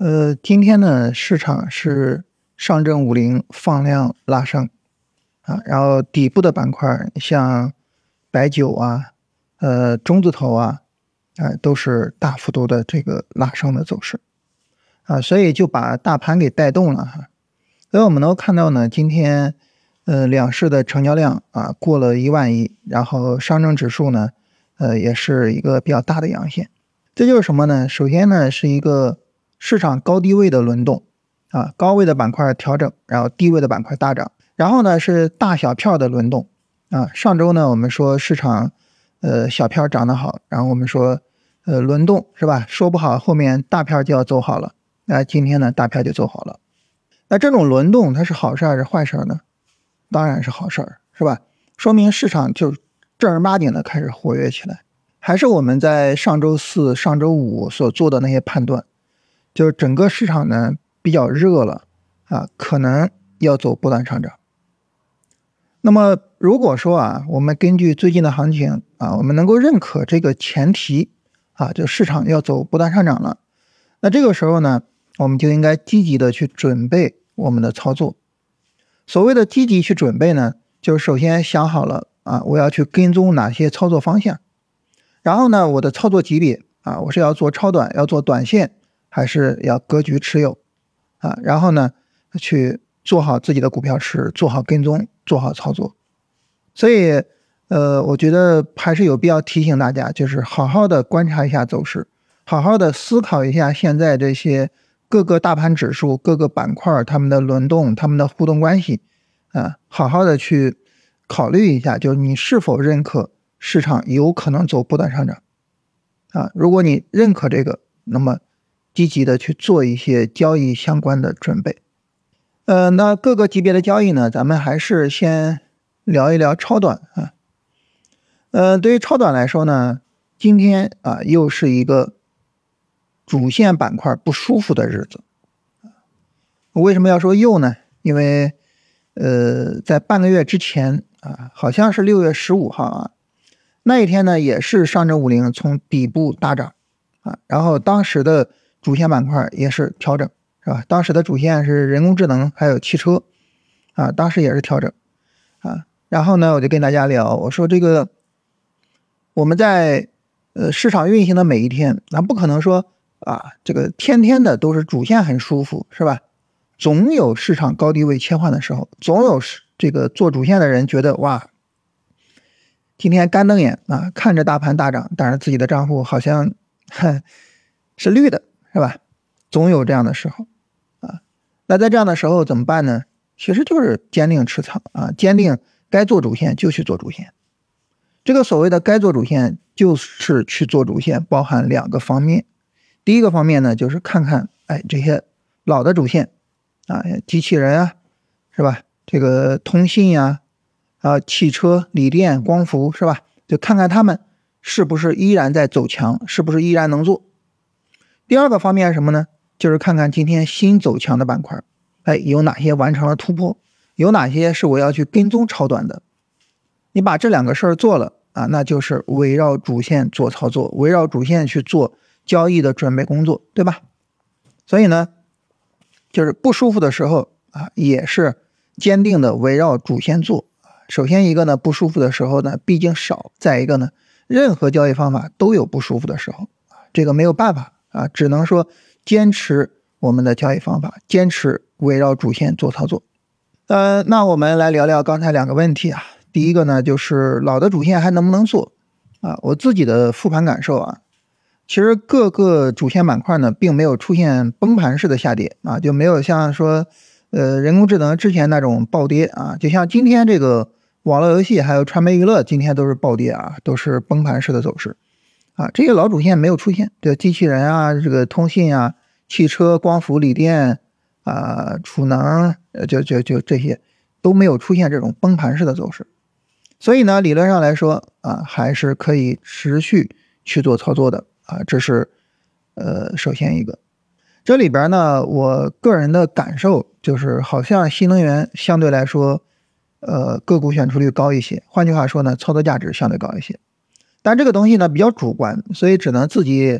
今天呢，市场是上证50放量拉升啊，然后底部的板块像白酒啊、中字头啊，都是大幅度的这个拉升的走势啊，所以就把大盘给带动了哈。所以我们能够看到呢，今天两市的成交量啊过了1万亿，然后上证指数呢，也是一个比较大的阳线。这就是什么呢？首先呢是一个市场高低位的轮动啊，高位的板块调整，然后低位的板块大涨，然后呢是大小票的轮动啊。上周呢我们说市场小票涨得好，然后我们说轮动是吧？说不好后面大票就要走好了，那今天呢大票就走好了。那这种轮动它是好事还是坏事呢？当然是好事是吧？说明市场就正儿八经的开始活跃起来。还是我们在上周四、上周五所做的那些判断，就是整个市场呢比较热了啊，可能要走波段上涨。那么如果说啊，我们根据最近的行情啊，我们能够认可这个前提啊，就市场要走波段上涨了，那这个时候呢，我们就应该积极的去准备我们的操作。所谓的积极去准备呢，就是首先想好了啊，我要去跟踪哪些操作方向。然后呢，我的操作级别啊，我是要做超短，要做短线，还是要格局持有啊？然后呢，去做好自己的股票池，做好跟踪，做好操作。所以，我觉得还是有必要提醒大家，就是好好的观察一下走势，好好的思考一下现在这些各个大盘指数、各个板块它们的轮动、它们的互动关系啊，好好的去考虑一下，就是你是否认可市场有可能走波段上涨啊？如果你认可这个，那么积极的去做一些交易相关的准备。那各个级别的交易呢，咱们还是先聊一聊超短啊。对于超短来说呢，今天啊又是一个主线板块不舒服的日子。为什么要说又呢？因为在半个月之前啊，好像是6月15号啊。那一天呢，也是上证50从底部大涨啊，然后当时的主线板块也是调整，是吧？当时的主线是人工智能还有汽车啊，当时也是调整啊。然后呢，我就跟大家聊，我说这个我们在市场运行的每一天，那不可能说啊，这个天天的都是主线很舒服，是吧？总有市场高低位切换的时候，总有这个做主线的人觉得哇，今天干瞪眼啊，看着大盘大涨，但是自己的账户好像是绿的，是吧？总有这样的时候啊。那在这样的时候怎么办呢？其实就是坚定持仓啊，坚定该做主线就去做主线。这个所谓的该做主线，就是去做主线，包含2个方面。第一个方面呢，就是看看这些老的主线啊，机器人啊，是吧？这个通信呀。汽车、锂电、光伏是吧？就看看他们是不是依然在走强，是不是依然能做。第二个方面是什么呢？就是看看今天新走强的板块，有哪些完成了突破，有哪些是我要去跟踪超短的。你把这2个事儿做了啊，那就是围绕主线做操作，围绕主线去做交易的准备工作，对吧？所以呢，就是不舒服的时候啊，也是坚定的围绕主线做。首先一个呢，不舒服的时候呢毕竟少，再一个呢，任何交易方法都有不舒服的时候，这个没有办法啊，只能说坚持我们的交易方法，坚持围绕主线做操作。那我们来聊聊刚才2个问题啊。第一个呢，就是老的主线还能不能做啊？我自己的复盘感受啊，其实各个主线板块呢并没有出现崩盘式的下跌啊，就没有像说人工智能之前那种暴跌啊，就像今天这个网络游戏还有传媒娱乐今天都是暴跌啊，都是崩盘式的走势啊。这些老主线没有出现，这机器人啊，这个通信啊，汽车、光伏、锂电啊，储能，就这些都没有出现这种崩盘式的走势。所以呢，理论上来说啊，还是可以持续去做操作的啊，这是首先一个。这里边呢，我个人的感受就是好像新能源相对来说个股选出率高一些，换句话说呢，操作价值相对高一些。但这个东西呢比较主观，所以只能自己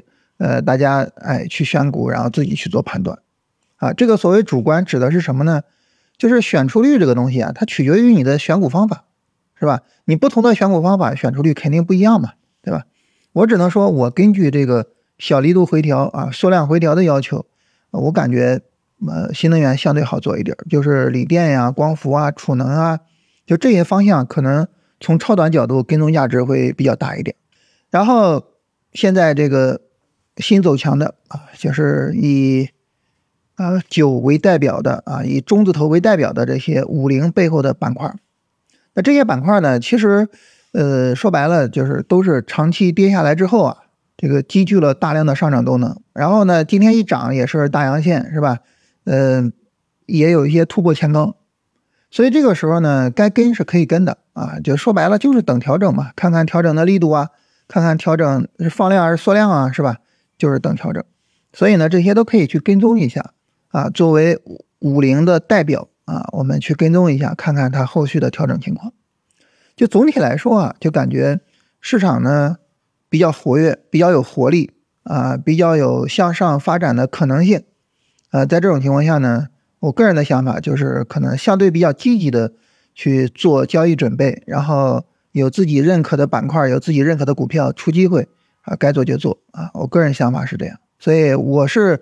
大家去选股，然后自己去做判断啊。这个所谓主观指的是什么呢？就是选出率这个东西啊，它取决于你的选股方法，是吧？你不同的选股方法，选出率肯定不一样嘛，对吧？我只能说，我根据这个小力度回调啊、缩量回调的要求，我感觉新能源相对好做一点，就是锂电呀、光伏啊、储能啊，就这些方向可能从超短角度跟踪价值会比较大一点。然后现在这个新走强的啊，就是以9为代表的啊，以中字头为代表的这些50背后的板块。那这些板块呢，其实说白了就是都是长期跌下来之后啊，这个积聚了大量的上涨动能，然后呢今天一涨也是大阳线，是吧？也有一些突破前高，所以这个时候呢该跟是可以跟的啊，就说白了就是等调整嘛，看看调整的力度啊，看看调整是放量还是缩量啊，是吧？就是等调整，所以呢这些都可以去跟踪一下啊，作为50的代表啊，我们去跟踪一下，看看它后续的调整情况。就总体来说啊，就感觉市场呢比较活跃，比较有活力啊，比较有向上发展的可能性。在这种情况下呢，我个人的想法就是可能相对比较积极的去做交易准备，然后有自己认可的板块，有自己认可的股票出机会啊，该做就做啊。我个人想法是这样，所以我是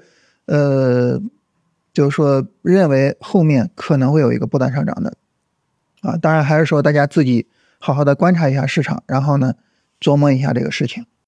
就是说认为后面可能会有一个波段上涨的啊。当然还是说大家自己好好的观察一下市场，然后呢琢磨一下这个事情。